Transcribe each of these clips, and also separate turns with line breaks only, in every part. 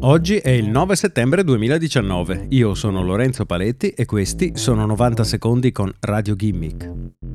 Oggi è il 9 settembre 2019, io sono Lorenzo Paletti e questi sono 90 secondi con Radio Gimmick.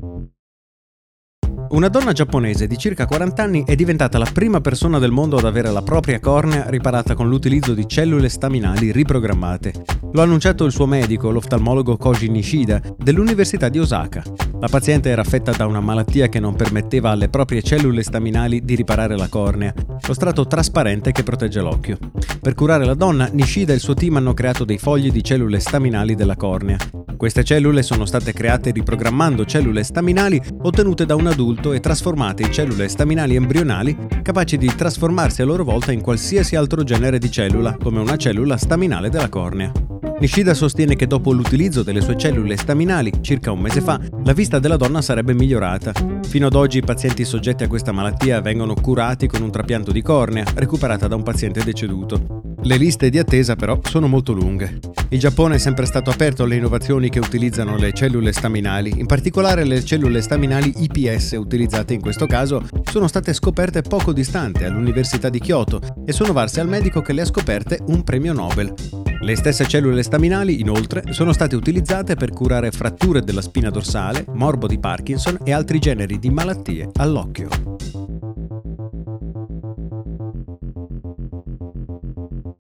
Una donna giapponese di circa 40 anni è diventata la prima persona del mondo ad avere la propria cornea riparata con l'utilizzo di cellule staminali riprogrammate. Lo ha annunciato il suo medico, l'oftalmologo Koji Nishida, dell'Università di Osaka. La paziente era affetta da una malattia che non permetteva alle proprie cellule staminali di riparare la cornea, lo strato trasparente che protegge l'occhio. Per curare la donna, Nishida e il suo team hanno creato dei fogli di cellule staminali della cornea. Queste cellule sono state create riprogrammando cellule staminali ottenute da un adulto e trasformate in cellule staminali embrionali capaci di trasformarsi a loro volta in qualsiasi altro genere di cellula, come una cellula staminale della cornea. Nishida sostiene che dopo l'utilizzo delle sue cellule staminali, circa un mese fa, la vista della donna sarebbe migliorata. Fino ad oggi i pazienti soggetti a questa malattia vengono curati con un trapianto di cornea, recuperata da un paziente deceduto. Le liste di attesa però sono molto lunghe. Il Giappone è sempre stato aperto alle innovazioni che utilizzano le cellule staminali, in particolare le cellule staminali iPS utilizzate in questo caso sono state scoperte poco distante all'Università di Kyoto e sono valse al medico che le ha scoperte un premio Nobel. Le stesse cellule staminali, inoltre, sono state utilizzate per curare fratture della spina dorsale, morbo di Parkinson e altri generi di malattie all'occhio.